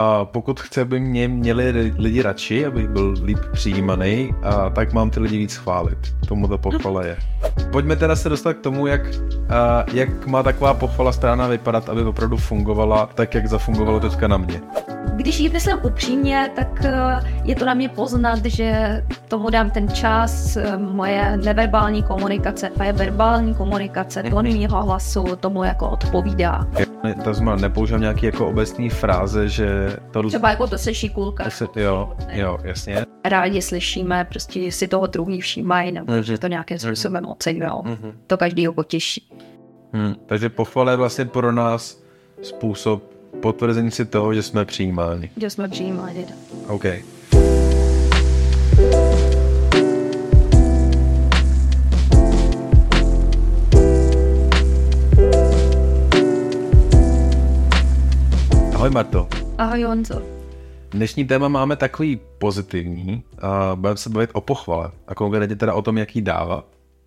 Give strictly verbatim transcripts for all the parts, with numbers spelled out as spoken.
A pokud chce, aby mě měli lidi radši, abych byl líp přijímaný, a tak mám ty lidi víc chválit. Tomu ta pochvala je. Pojďme teda se dostat k tomu, jak, a, jak má taková pochvala strana vypadat, aby opravdu fungovala tak, jak zafungovalo teďka na mě. Když ji myslím upřímně, tak je to na mě poznat, že tomu dám ten čas, moje neverbální komunikace, moje verbální komunikace, tón mýho hlasu tomu jako odpovídá. To znamená, nepoužívám nějaký jako obecný fráze, že to... Třeba jako to se šikulka. Se, jo, jo, jasně. Rádi slyšíme, prostě si toho druhý všímají, nebo že to nějakým způsobem oceňujou. Mm-hmm. To každýho potěší. Hmm. Takže pochvala je vlastně pro nás způsob potvrzení si toho, že jsme přijímáni. Že jsme přijímáni. OK. Ahoj Marto. Ahoj Honzo. Dnešní téma máme takový pozitivní a budeme se bavit o pochvale a konkrétně teda o tom, jak jí dávat.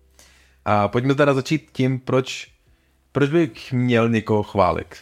A pojďme teda začít tím, proč, proč bych měl někoho chválit.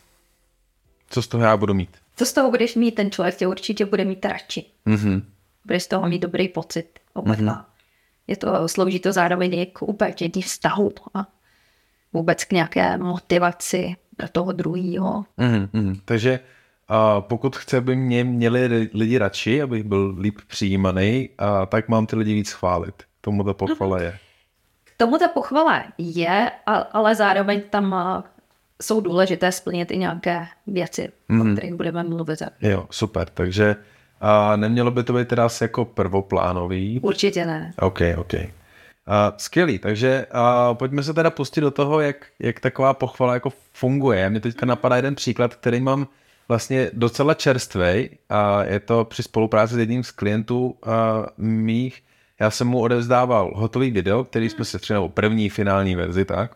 Co z toho já budu mít? Co z toho budeš mít, ten člověk tě určitě bude mít radši. Mm-hmm. Budeš z toho mít dobrý pocit. Mm-hmm. Je to, slouží to zároveň i k upevnění vztahu a vůbec k nějaké motivaci pro toho druhýho. Mm-hmm. Takže a pokud chce, aby mě měli lidi radši, abych byl líp přijímaný, a tak mám ty lidi víc chválit. Tomu ta pochvala je. K tomu ta pochvala je, ale zároveň tam jsou důležité splnit i nějaké věci, mm. o kterých budeme mluvit. Jo, super. Takže a nemělo by to být teda asi jako prvoplánový? Určitě ne. OK, OK. A skvělý, takže a pojďme se teda pustit do toho, jak, jak taková pochvala jako funguje. Mně teďka napadá jeden příklad, který mám vlastně docela čerstvej a je to při spolupráci s jedním z klientů a mých. Já jsem mu odevzdával hotový video, který jsme se třeba první finální verzi, tak.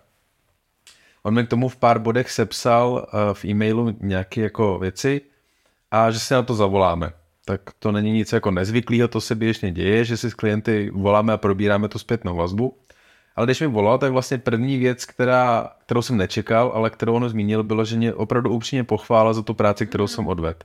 On mi k tomu v pár bodech sepsal uh, v e-mailu nějaké jako věci a že si na to zavoláme. Tak to není nic jako nezvyklého, to se běžně děje, že si s klienty voláme a probíráme tu zpětnou vazbu. Ale když mi volal, tak vlastně první věc, která, kterou jsem nečekal, ale kterou on zmínil, bylo, že mě opravdu upřímně pochválil za tu práci, kterou jsem odvedl.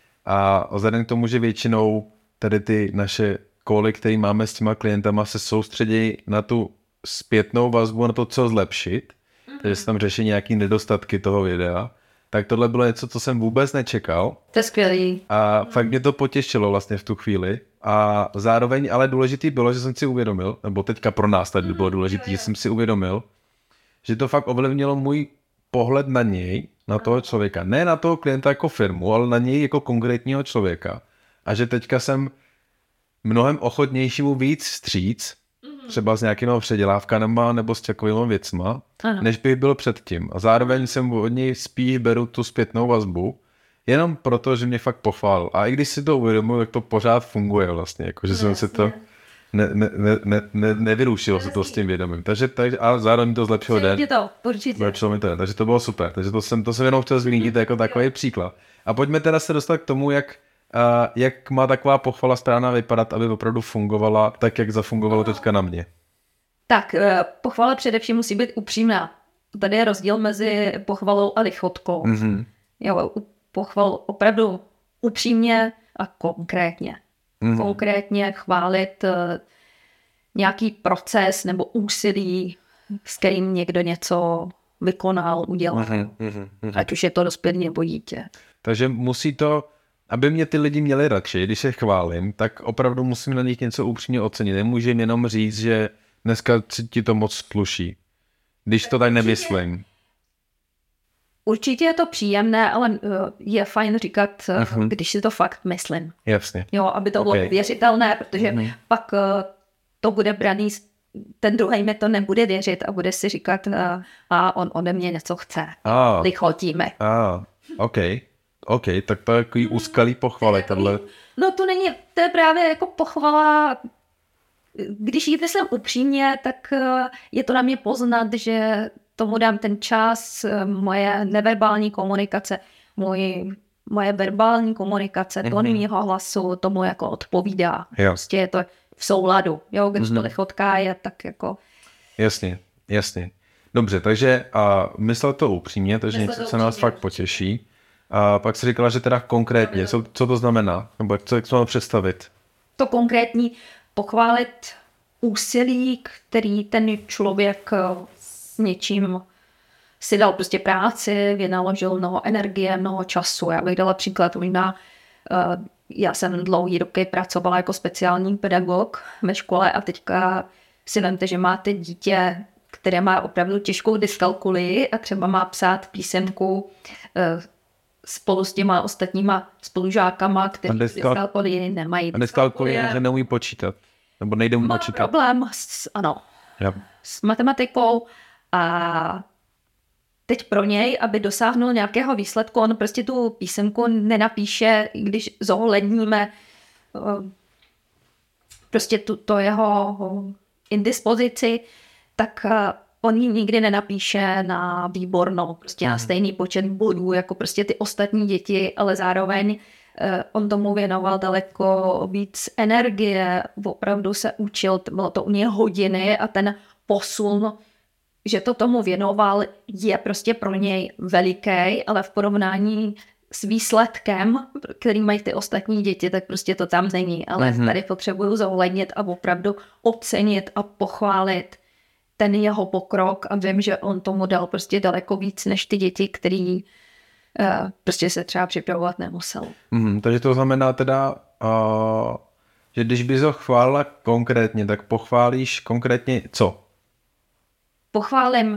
A vzhledem k tomu, že většinou tady ty naše koly, které máme s těma klientama, se soustředí na tu zpětnou vazbu, na to, co zlepšit, takže se tam řeší nějaký nedostatky toho videa, tak tohle bylo něco, co jsem vůbec nečekal. To je skvělý. A fakt mě to potěšilo vlastně v tu chvíli. A zároveň ale důležitý bylo, že jsem si uvědomil, nebo teďka pro nás tady bylo důležitý, že jsem si uvědomil, že to fakt ovlivnilo můj pohled na něj, na toho člověka. Ne na toho klienta jako firmu, ale na něj jako konkrétního člověka. A že teďka jsem mnohem ochotnější mu víc vstříc, třeba s nějakýma předělávkama nebo s takovými věcma, ano. než bych byl předtím. A zároveň jsem od něj spíš beru tu zpětnou vazbu, jenom proto, že mě fakt pochválil. A i když si to uvědomuji, tak to pořád funguje vlastně, jako, že no, jsem si to ne, ne, ne, ne, nevyrušilo se to s tím vědomím. Takže, takže a zároveň to zlepšilo den. To, určitě. Mi to den. Takže to bylo super. Takže to jsem, to jsem jenom chtěl zmínit jako takový příklad. A pojďme teda se dostat k tomu, jak Uh, jak má taková pochvala strana vypadat, aby opravdu fungovala tak, jak zafungovalo teďka na mě? Tak, pochvala především musí být upřímná. Tady je rozdíl mezi pochvalou a lichotkou. Mm-hmm. Jo, pochval opravdu upřímně a konkrétně. Mm-hmm. Konkrétně chválit uh, nějaký proces nebo úsilí, s kterým někdo něco vykonal, udělal. Mm-hmm. Mm-hmm. Ať už je to dospělý nebo dítě. Takže musí to, aby mě ty lidi měli radši, když je chválím, tak opravdu musím na nich něco upřímně ocenit. Nemůžu jenom říct, že dneska ti to moc sluší. Když to tak nemyslím. Určitě je to příjemné, ale je fajn říkat, uh-huh. když si to fakt myslím. Jasně. Jo, aby to okay. bylo věřitelné, protože uh-huh. pak to bude braný, ten druhý mi to nebude věřit a bude si říkat, a on ode mě něco chce. Ah. Lichotíme. Ah, OK. OK, tak to je takový úskalý pochvaly. Tato... No to není, to je právě jako pochvala, když ji myslím upřímně, tak je to na mě poznat, že tomu dám ten čas, moje neverbální komunikace, můj, moje verbální komunikace, tón mm-hmm. mýho hlasu tomu jako odpovídá. Prostě je to v souladu, jo, když mm-hmm. to lichotka je tak jako... Jasně, jasně. Dobře, takže a myslel to upřímně, takže něco se nás fakt potěší. A pak jsi říkala, že teda konkrétně, co, co to znamená? Nebo co, jak to mám představit? To konkrétní, pochválit úsilí, který ten člověk s něčím si dal prostě práci, vynaložil mnoho energie, mnoho času. Já bych dala příklad, možná já jsem dlouhý roky pracovala jako speciální pedagog ve škole a teďka si vemte, že máte dítě, které má opravdu těžkou dyskalkulii a třeba má psát písemku spolu s těma ostatníma spolužákama, kteří dyskalkulii nemají. A dyskalkulii že neumí počítat, nebo nejde mu počítat. Má problém s, ano, yep. s matematikou a teď pro něj, aby dosáhnul nějakého výsledku, on prostě tu písemku nenapíše, když zohledníme prostě tu, to jeho indispozici, tak on ji nikdy nenapíše na výbornou, prostě na stejný počet bodů, jako prostě ty ostatní děti, ale zároveň on tomu věnoval daleko víc energie, opravdu se učil, bylo to u něj hodiny a ten posun, že to tomu věnoval, je prostě pro něj veliký, ale v porovnání s výsledkem, který mají ty ostatní děti, tak prostě to tam není. Ale mm-hmm. tady potřebuju zohlednit a opravdu ocenit a pochválit ten jeho pokrok a vím, že on tomu dal prostě daleko víc než ty děti, který uh, prostě se třeba připravovat nemusel. Mm, takže to znamená teda, uh, že když bys ho chválila konkrétně, tak pochválíš konkrétně co? Pochválím,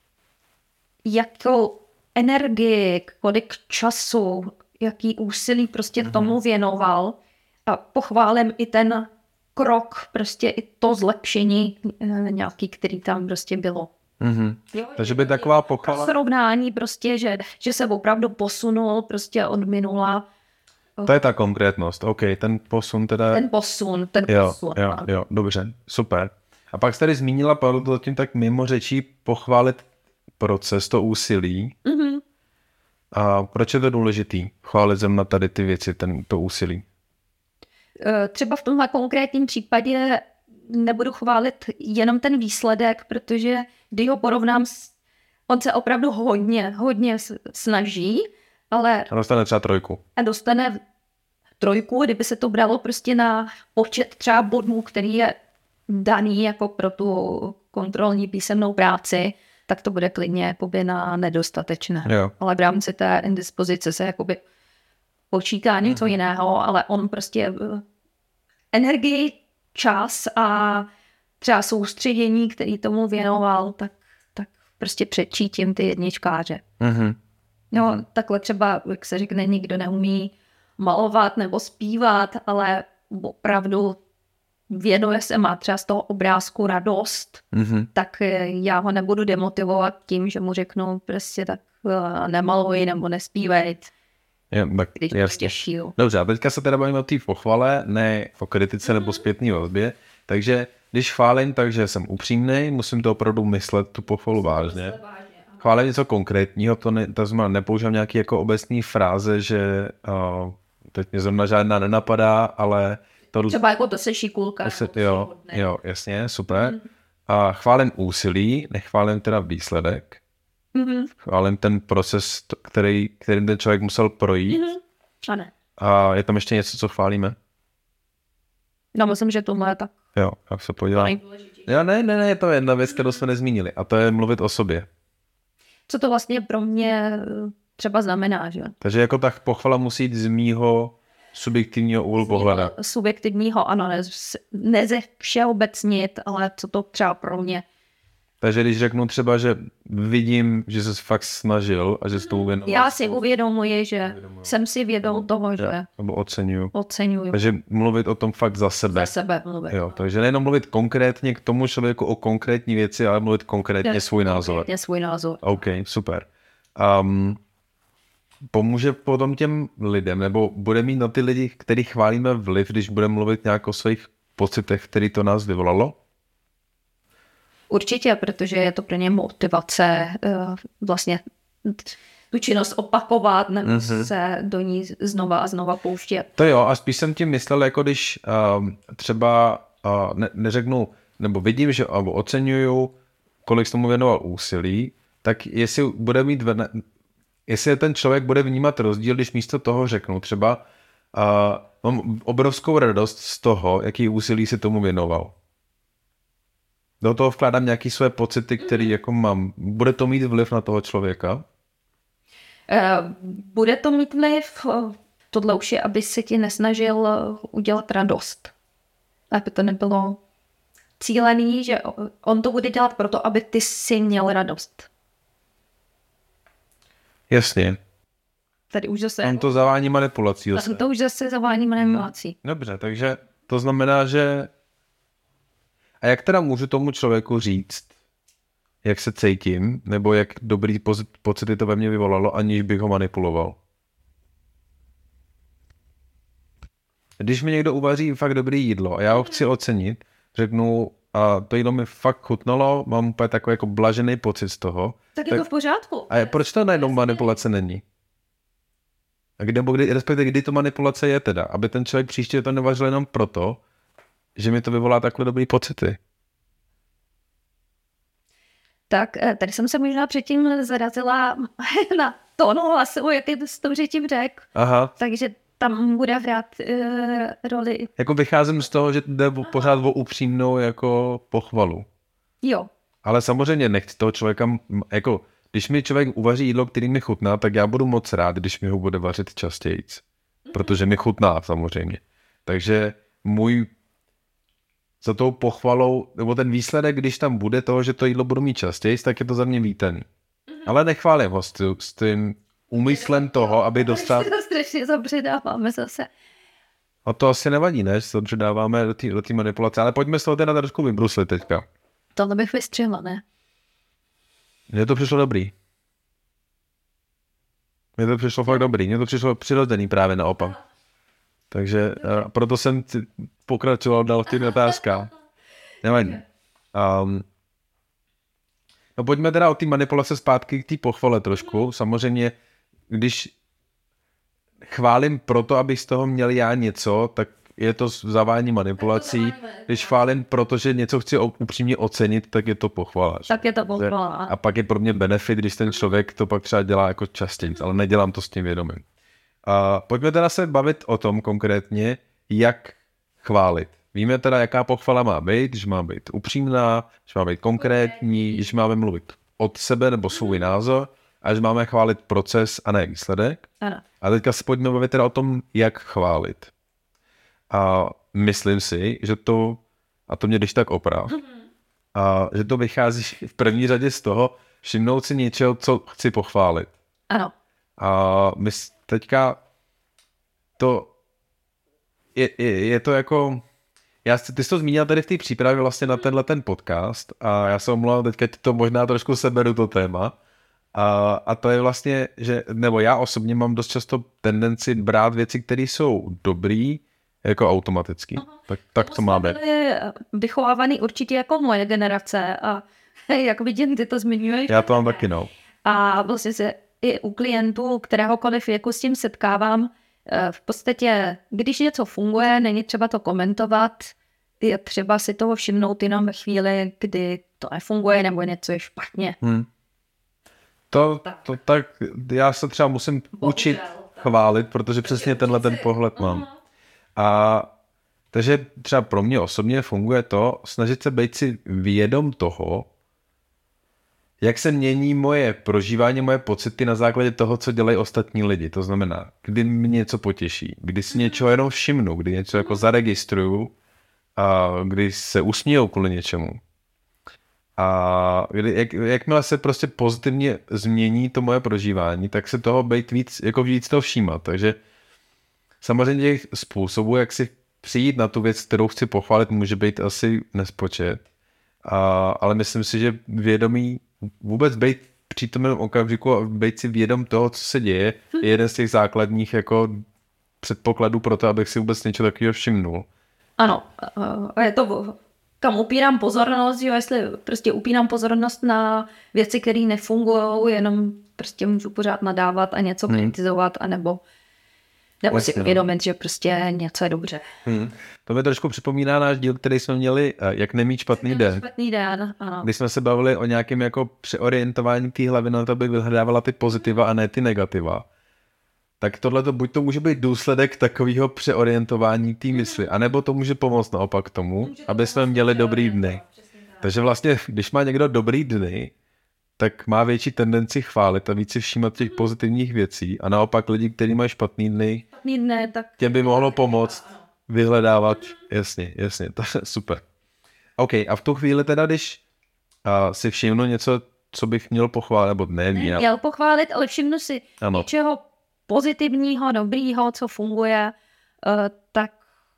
jakou energii, kolik času, jaký úsilí prostě mm-hmm. tomu věnoval a pochválím i ten krok, prostě i to zlepšení nějaký, který tam prostě bylo. Mm-hmm. Jo, takže by taková pochvala... Srovnání prostě, že, že se opravdu posunul prostě od minula. To je ta konkrétnost, OK, ten posun teda... Ten posun, ten jo, posun. Jo, jo, dobře, super. A pak jsi tady zmínila, padlo to tím tak mimo řečí, pochválit proces, to úsilí. Mm-hmm. A proč je to důležitý? Chválit zem tady ty věci, ten, to úsilí. Třeba v tomhle konkrétním případě nebudu chválit jenom ten výsledek, protože když ho porovnám, s... on se opravdu hodně, hodně snaží, ale... A dostane třeba trojku. A dostane trojku, kdyby se to bralo prostě na počet třeba bodů, který je daný jako pro tu kontrolní písemnou práci, tak to bude klidně jakoby na nedostatečné. Jo. Ale v rámci té indispozice se jakoby počítá něco hmm. jiného, ale on prostě energii, čas a třeba soustředění, který tomu věnoval, tak, tak prostě předčítím ty jedničkáře. Mm-hmm. No, takhle třeba, jak se řekne, nikdo neumí malovat nebo zpívat, ale opravdu věnuje se, má třeba z toho obrázku radost, mm-hmm. tak já ho nebudu demotivovat tím, že mu řeknu prostě tak nemaluj nebo nespívej. Jo, tak jasně. Dobře, a teďka se teda bavíme o té pochvale, ne o kritice mm-hmm. nebo zpětné vazbě, takže když chválím, takže jsem upřímnej, musím to opravdu myslet, tu pochvalu vážně. Chválím něco konkrétního, to, ne, to znamená, nepoužívám nějaký jako obecný fráze, že uh, teď mě zrovna žádná nenapadá, ale to... Třeba jako to se šikulka. To se, jo, jo, jasně, super. Mm. A chválím úsilí, nechválím teda výsledek. Mm-hmm. Chválím ten proces, který, kterým ten člověk musel projít. Mm-hmm. A ne. A je tam ještě něco, co chválíme? No, myslím, že tohle je tak. Jo, jak se podívám. Jo, ne, ne, ne, je to jedna věc, kterou jsme nezmínili. A to je mluvit o sobě. Co to vlastně pro mě třeba znamená, že? Takže jako ta pochvala musí jít z mýho subjektivního úhlu pohledu. Subjektivního, ano, ne, ne ze všeobecnit, ale co to třeba pro mě. Takže když řeknu třeba, že vidím, že jsi fakt snažil a že jsi tomu věnoval. Já si uvědomuji, že uvědomuji. jsem si vědom toho, že... Nebo oceňuju. Oceňuju. Takže mluvit o tom fakt za sebe. Za sebe mluvit. Jo, takže nejenom mluvit konkrétně k tomu člověku o konkrétní věci, ale mluvit konkrétně je, svůj názor. Konkrétně svůj názor. OK, super. Um, pomůže potom těm lidem, nebo bude mít na ty lidi, který chválíme, vliv, když budeme mluvit nějak o svých pocitech, který to nás vyvolalo? Určitě, protože je to pro ně motivace vlastně tu činnost opakovat, nebo mm-hmm. se do ní znova a znova pouštět. To jo, a spíš jsem tím myslel, jako když um, třeba uh, ne, neřeknu, nebo vidím, že nebo oceňuju, kolik jsem tomu věnoval úsilí, tak jestli bude mít, jestli ten člověk bude vnímat rozdíl, když místo toho řeknu třeba uh, mám obrovskou radost z toho, jaký úsilí si tomu věnoval. Do toho vkládám nějaké své pocity, které jako mám. Bude to mít vliv na toho člověka? Uh, bude to mít vliv. Tohle už je, aby si ti nesnažil udělat radost. Aby to nebylo cílený, že on to bude dělat proto, aby ty si měl radost. Jasně. Tady už zase... On to zavání manipulací. Zase. To už zase zavání manipulací. Dobře, takže to znamená, že... A jak teda můžu tomu člověku říct, jak se cítím, nebo jak dobrý pocity to ve mně vyvolalo, aniž bych ho manipuloval? Když mi někdo uvaří fakt dobrý jídlo a já ho chci ocenit, řeknu, a to jídlo mi fakt chutnalo, mám úplně takový jako blažený pocit z toho. Tak je tak, to v pořádku. A proč to najednou manipulace není? A kdy, nebo kdy, respektive kdy to manipulace je teda? Aby ten člověk příště to nevařil jenom proto, že mi to vyvolá takhle dobrý pocity. Tak tady jsem se možná předtím zarazila na tónu hlasu, jak je to s tou řečím řek. Aha. Takže tam bude hrát uh, roli. Jako vycházím z toho, že jde pořád o upřímnou jako pochvalu. Jo. Ale samozřejmě nechci toho člověka, jako když mi člověk uvaří jídlo, který mi chutná, tak já budu moc rád, když mi ho bude vařit častěji. Protože mi chutná samozřejmě. Takže můj za tou pochvalou, nebo ten výsledek, když tam bude toho, že to jídlo budu mít častěji, tak je to za mě vítaný. Ale nechválím ho s tím úmyslem toho, aby dostal... To strašně zabředáváme zase. A to asi nevadí, ne? Že se zabředáváme do té do té manipulace. Ale pojďme z toho teda trošku vybruslit teďka. Tohle bych vystřihla, ne? Mně to přišlo dobrý. Mně to přišlo fakt dobrý. Mně to přišlo přirozený právě naopak. Takže a proto jsem pokračoval dál v těch otázkách. Nevadí. Um, no pojďme teda od té manipulace zpátky k té pochvale trošku. Samozřejmě, když chválím proto, abych z toho měl já něco, tak je to zavání manipulací. Když chválím, protože něco chci upřímně ocenit, tak je to pochvala. Tak je to pochvala. A pak je pro mě benefit, když ten člověk to pak třeba dělá jako častěji, ale nedělám to s tím vědomím. A pojďme teda se bavit o tom konkrétně, jak chválit. Víme teda, jaká pochvala má být, že má být upřímná, že má být konkrétní, že máme mluvit od sebe nebo svůj názor a že máme chválit proces a ne výsledek. Ano. A teďka se pojďme bavit teda o tom, jak chválit. A myslím si, že to, a to mě když tak oprav, a že to vychází v první řadě z toho, všimnout si něčeho, co chci pochválit. Ano. A my teďka to je, je, je to jako, já, ty jsi to zmínil tady v té přípravě vlastně na tenhle ten podcast a já se omlouvám, teďka to možná trošku seberu to téma a, a to je vlastně, že, nebo já osobně mám dost často tendenci brát věci, které jsou dobrý, jako automaticky. Aha. Tak, tak to máme. Je vychovávaný určitě jako moje generace a jak vidím, ty to zmiňuješ. Já to mám taky, no. A vlastně se i u klientů, kteréhokoliv věku s tím setkávám, v podstatě, když něco funguje, není třeba to komentovat, je třeba si toho všimnout jenom ve chvíli, kdy to nefunguje nebo něco je špatně. Hmm. To, tak. to tak, já se třeba musím Bohužel, učit chválit, protože přesně tenhle ten pohled mám. A takže třeba pro mě osobně funguje to, snažit se být si vědom toho, jak se mění moje prožívání, moje pocity na základě toho, co dělají ostatní lidi. To znamená, kdy mě něco potěší, kdy si něčeho jenom všimnu, kdy něco jako zaregistruju a kdy se usmějou kvůli něčemu. A kdy, jak, jakmile se prostě pozitivně změní to moje prožívání, tak se toho být víc, jako víc toho všímat. Takže samozřejmě těch způsobů, jak si přijít na tu věc, kterou chci pochválit, může být asi nespočet. A, ale myslím si, že vědomí vůbec být v přítomném okamžiku a být si vědom toho, co se děje, je jeden z těch základních jako předpokladů pro to, abych si vůbec něčeho takového všimnul. Ano, je to, kam upírám pozornost, jo, jestli prostě upírám pozornost na věci, které nefungují, jenom prostě můžu pořád nadávat a něco hmm. kritizovat, anebo Nebo si uvědomit, že prostě něco je dobře. Hmm. To mi trošku připomíná náš díl, který jsme měli, jak nemít špatný den. Špatný den, ano. Když jsme se bavili o nějakém jako přeorientování té hlavy na to, aby vyhledávala ty pozitiva a ne ty negativa. Tak tohle to buď to může být důsledek takového přeorientování té mysli, anebo to může pomoct naopak tomu, aby jsme měli dobrý dny. Takže vlastně, když má někdo dobrý dny, tak má větší tendenci chválit a víc si všímat těch pozitivních věcí. A naopak lidi, kteří mají špatný dny, špatný dny tak... těm by mohlo pomoct vyhledávat. Jasně, jasně, to je super. OK, a v tu chvíli teda, když uh, si všimnu něco, co bych měl pochválit, nebo ne, měl. Měl pochválit, ale všimnu si ano. něčeho pozitivního, dobrýho, co funguje, uh, tak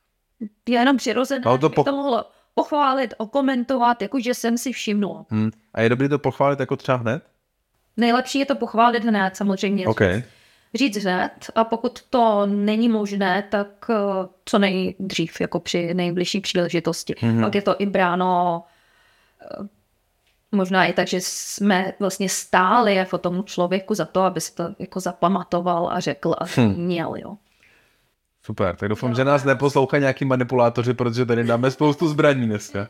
je jenom přirozené, no to bych po... to mohlo pochválit, okomentovat, jakože jsem si všimnul. Hmm. A je dobré to pochválit jako třeba hned? Nejlepší je to pochválit hned, samozřejmě. Okay. Říct hned, a pokud to není možné, tak uh, co nejdřív, jako při nejbližší příležitosti. Mm-hmm. Pak je to i bráno uh, možná i tak, že jsme vlastně stáli jako tomu člověku za to, aby si to jako zapamatoval a řekl a hmm. měl, jo. Super, tak doufám, jo. že nás neposlouchají nějaký manipulátoři, protože tady dáme spoustu zbraní dneska.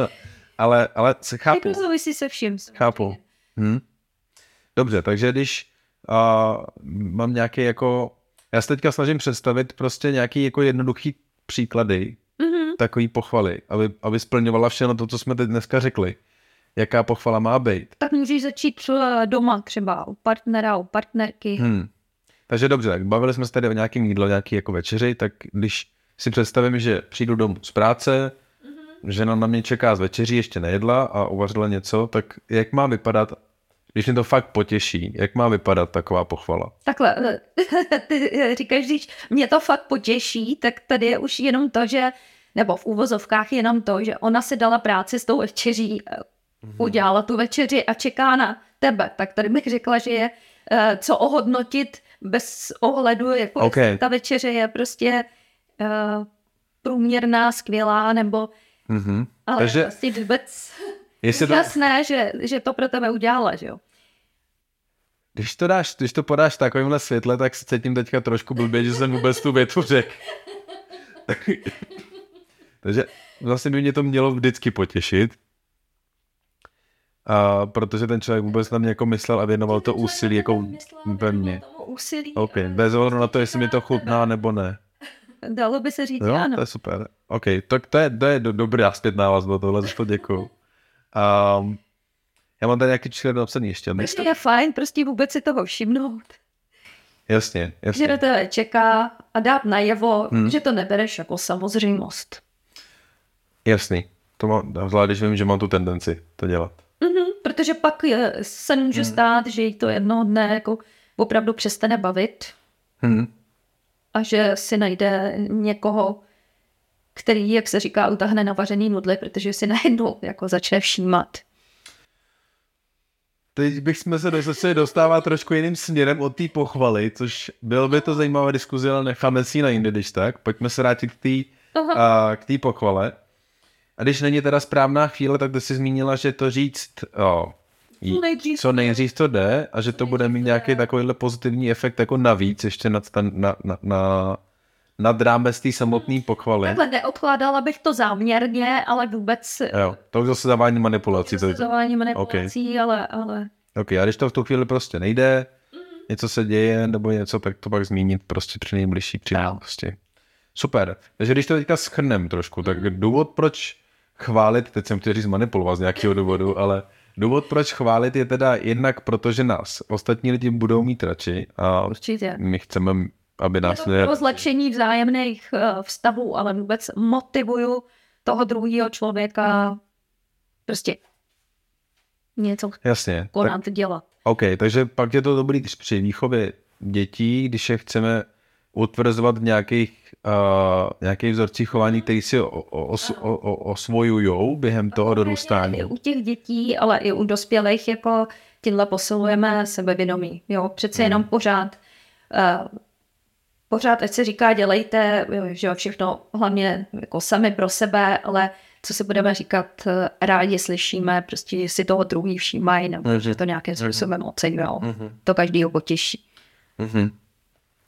ale, ale se chápu. Jako souvisí se vším. Chápu. Hm. Dobře, takže když uh, mám nějaký jako, já se teďka snažím představit prostě nějaký jako jednoduchý příklady, mm-hmm. takový pochvaly, aby, aby splňovala všechno to, co jsme teď dneska řekli. Jaká pochvala má být. Tak můžeš začít doma třeba u partnera, u partnerky. Hmm. Takže dobře, tak bavili jsme se tady o nějakém jídlo, nějaký jako večeři, tak když si představím, že přijdu domů z práce, mm-hmm. žena na mě čeká z večeří, ještě nejedla a uvařila něco, tak jak má vypadat, když mě to fakt potěší, jak má vypadat taková pochvala? Takhle, ty říkáš, když mě to fakt potěší, tak tady je už jenom to, že, nebo v úvozovkách jenom to, že ona si dala práci s tou večeří, mm-hmm. udělala tu večeři a čeká na tebe. Tak tady bych řekla, že je co ohodnotit bez ohledu, jako okay. ta večeře je prostě uh, průměrná, skvělá, nebo mm-hmm. ale Takže vlastně vůbec to... jasné, že, že to pro tebe udělala, že jo. Když to dáš, když to podáš v takovémhle světle, tak se cítím teďka trošku blbě, že jsem vůbec tu větu řekl. Takže vlastně by mě to mělo vždycky potěšit. A protože ten člověk vůbec na mě jako myslel a věnoval to úsilí jako ve mně. OK, bez ohledu na to, jestli mi to chutná nebo ne. Dalo by se říct, jo, ano. To je super. OK, tak to je, to je do, dobrá zpětná vazba, tohle za to děkuju. Um, já mám tady nějaký čtyři napsaný ještě. Prostě je fajn prostě vůbec si toho všimnout. Jasně, jasně. Že na tebe čeká a dát najevo, hmm. že to nebereš jako samozřejmost. Jasný. To mám, zvlášť, když vím, že mám tu tendenci to dělat. Mm-hmm, protože pak je, se může hmm. stát, že jí to jednoho dne jako opravdu přestane bavit hmm. a že si najde někoho, který, jak se říká, utáhne na vařený nudle, protože si najednou jako začne všímat. Teď bychom se zase dostávat trošku jiným směrem od té pochvaly, což bylo by to zajímavá diskuze, ale necháme si ji na jindy, když tak. Pojďme se vrátit k té pochvale. A když není teda správná chvíle, tak ty jsi zmínila, že to říct, oh, jí, nejdřív, co nejdřív to jde a že to bude mít nějaký takovýhle pozitivní efekt jako navíc, ještě nad, na, na, na, nad rámec té samotné pochvaly. Takhle neodkládala bych to záměrně, ale vůbec... Jo, to už zase zavání manipulací. To zavání manipulací, okay. ale, ale... Ok, a když to v tu chvíli prostě nejde, mm. něco se děje nebo něco, tak to pak zmínit prostě při nejbližší příležitosti. Super. Takže když to teďka shrnem trošku, tak důvod, proč chválit, teď jsem chtěl říct manipulovat z nějakého důvodu, ale důvod, proč chválit je teda jednak proto, že nás ostatní lidi budou mít radši a určitě. My chceme, aby nás... Je to pro zlepšení vzájemných uh, vztahů, ale vůbec motivuju toho druhého člověka prostě něco jasně, konat, tak, dělat. OK, takže pak je to dobrý při výchově dětí, když je chceme utvrzovat v nějakých, uh, nějakých vzorcích chování, který si o, o, o, o, osvojujou během toho dorůstání. I u těch dětí, ale i u dospělých jako tímhle posilujeme sebevědomí. Jo, přece jenom hmm. pořád uh, pořád, ať se říká, dělejte, že všechno hlavně jako sami pro sebe, ale co si budeme říkat, rádi slyšíme, prostě si toho druhý všímají, nebo mm-hmm. že to nějakým způsobem oceňujou. Mm-hmm. To každýho potěší. Mm-hmm.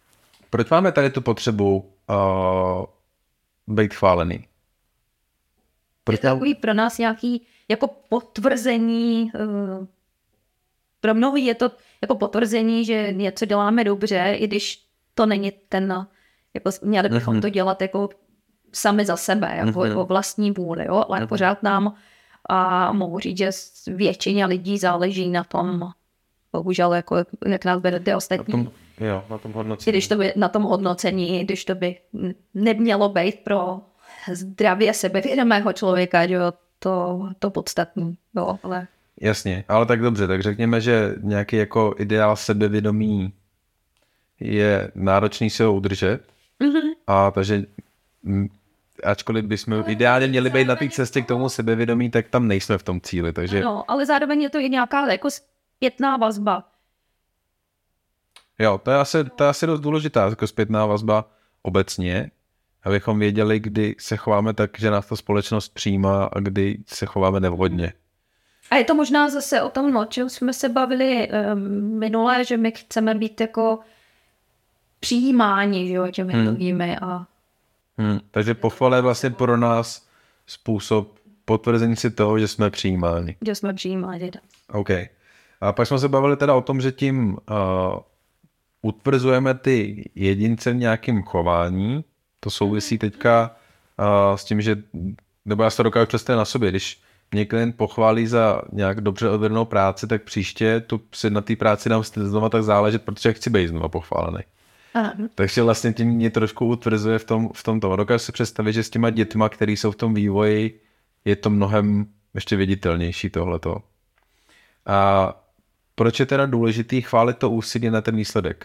Proč máme tady tu potřebu uh, být chválený? Proč je to takový pro nás nějaký jako potvrzení, uh, pro mnohý je to jako potvrzení, že něco děláme dobře, i když to není ten, jako měli bychom mm-hmm. to dělat jako sami za sebe, jako, mm-hmm. jako vlastní vůli, jo, ale mm-hmm. pořád nám a mohu říct, že většině lidí záleží na tom, bohužel, jako, jak nás berete ostatní. Na tom, jo, na tom hodnocení. Když to by, na tom hodnocení, když to by nemělo být pro zdravě sebevědomého člověka, že jo, to, to podstatný, jo, ale... Jasně, ale tak dobře, tak řekněme, že nějaký jako ideál sebevědomí je náročný se ho udržet, mm-hmm. a takže ačkoliv bychom ideálně měli být na té cestě k tomu sebevědomí, tak tam nejsme v tom cíli, takže... No, ale zároveň je to i nějaká jako zpětná vazba. Jo, to je asi, to je asi dost důležitá, jako zpětná vazba obecně, abychom věděli, kdy se chováme tak, že nás ta společnost přijímá a kdy se chováme nevhodně. A je to možná zase o tom, o čem jsme se bavili um, minule, že my chceme být jako přijímáni, že jo, těmi hmm. druhými a... Hmm. Takže pochvala je vlastně pro nás způsob potvrzení si toho, že jsme přijímáni. Že jsme přijímáni, tak. OK. A pak jsme se bavili teda o tom, že tím uh, utvrzujeme ty jedince v nějakým chování. To souvisí teďka uh, s tím, že, nebo já se to dokážu představit na sobě, když mě klient pochválí za nějak dobře odvedenou práci, tak příště tu si na té práci dám znova tak záležet, protože chci být znova pochválený. Aha. Takže vlastně tím mě trošku utvrzuje v tom, v tom toho. Dokážu si představit, že s těma dětma, který jsou v tom vývoji, je to mnohem ještě viditelnější tohleto. A proč je teda důležitý chválit to úsilí na ten výsledek?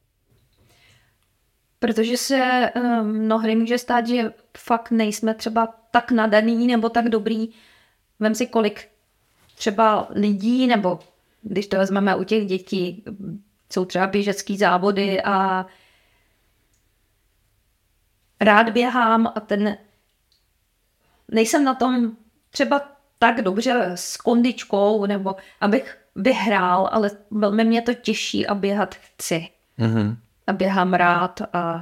Protože se um, mnohdy může stát, že fakt nejsme třeba tak nadaný nebo tak dobrý. Vem si, kolik třeba lidí, nebo když to vezmeme u těch dětí, jsou třeba běžecký závody a rád běhám a ten nejsem na tom třeba tak dobře s kondičkou, nebo abych vyhrál, ale velmi mě to těší a běhat chci. Mm-hmm. A běhám rád a...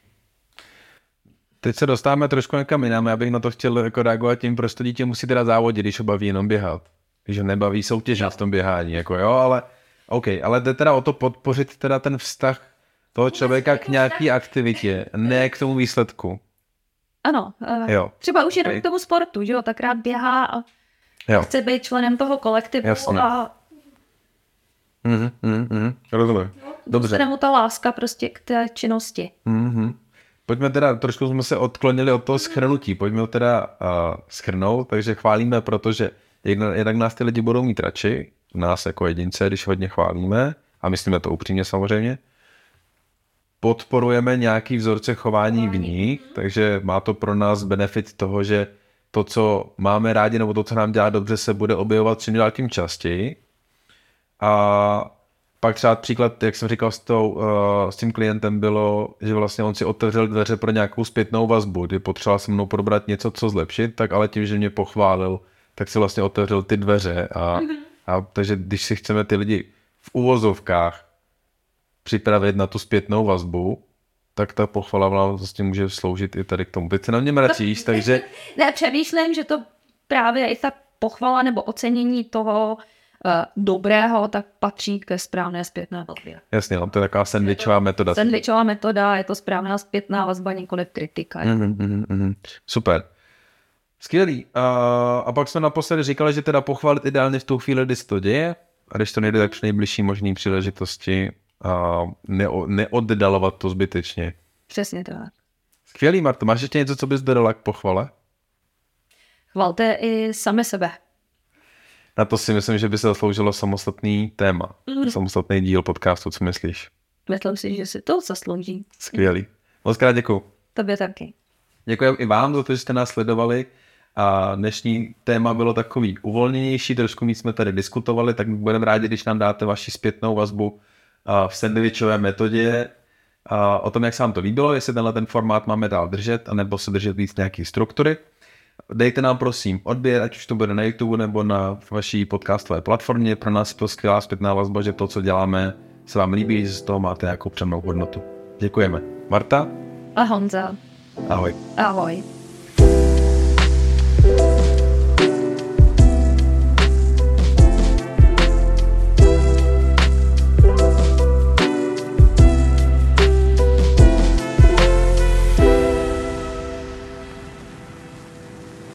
Teď se dostáváme trošku někam jinam, já bych na to chtěl jako reagovat tím, proč to dítě musí teda závodit, když ho baví jenom běhat. Když ho nebaví soutěžit v tom běhání, jako jo, ale OK, ale jde teda o to podpořit teda ten vztah toho člověka k nějaký aktivitě, ne k tomu výsledku. Ano, uh, jo. Třeba už jenom k tomu sportu, že jo, tak rád běhá a jo. chce být členem toho kolektivu. Jasně. A... Mhm, mhm, mhm, rozumím. Dobře. Dostane mu ta láska prostě k té činnosti. Mhm. Pojďme teda, trošku jsme se odklonili od toho shrnutí, pojďme ho teda uh, shrnout, takže chválíme, protože jednak, jednak nás ty lidi budou mít radši, nás jako jedince, když hodně chválíme, a myslíme to upřímně samozřejmě. Podporujeme nějaký vzorce chování v nich, takže má to pro nás benefit toho, že to, co máme rádi, nebo to, co nám dělá dobře, se bude objevovat čím dál tím častěji. A pak třeba příklad, jak jsem říkal s, tou, uh, s tím klientem, bylo, že vlastně on si otevřel dveře pro nějakou zpětnou vazbu, kdy potřeboval se mnou probrat něco, co zlepšit, tak ale tím, že mě pochválil, tak si vlastně otevřel ty dveře. A, a takže když si chceme ty lidi v uvozovkách připravit na tu zpětnou vazbu, tak ta pochvala vám vlastně může sloužit i tady k tomu. Teď se na mě mracíš, takže... Ne, přemýšlím, že to právě i ta pochvala nebo ocenění toho uh, dobrého, tak patří ke správné zpětné vazbě. Jasně, to je taková sandwichová metoda. Sandwichová metoda, je to správná zpětná vazba, nikoliv kritika. Mm-hmm, mm-hmm. Super. Skvělý. Uh, a pak jsme naposledy říkali, že teda pochválit ideálně v tu chvíli, kdy se to děje, a když to nejde, tak při nejbližší možný příležitosti a neo, neoddalovat to zbytečně. Přesně tak. Skvělý, Marto. Máš ještě něco, co bys dodala k pochvale? Chvalte i sami sebe. Na to si myslím, že by se zasloužilo samostatný téma. Mm. Samostatný díl podcastu, co myslíš? Myslím si, že si to zaslouží. Skvělý. Moc krát děkuju. Tobě taky. Děkuji i vám za to, že jste nás sledovali. A dnešní téma bylo takový uvolněnější, trošku víc jsme tady diskutovali, tak budeme rádi, když nám dáte vaši zpětnou vazbu v sandwichové metodě a o tom, jak se vám to líbilo, jestli tenhle ten formát máme dál držet, anebo se držet víc nějaký struktury. Dejte nám prosím odběr, ať už to bude na YouTube nebo na vaší podcastové platformě. Pro nás je to skvělá zpětná vazba, že to, co děláme, se vám líbí, že z toho máte nějakou přemnou hodnotu. Děkujeme. Marta? A Honza. Ahoj. Ahoj.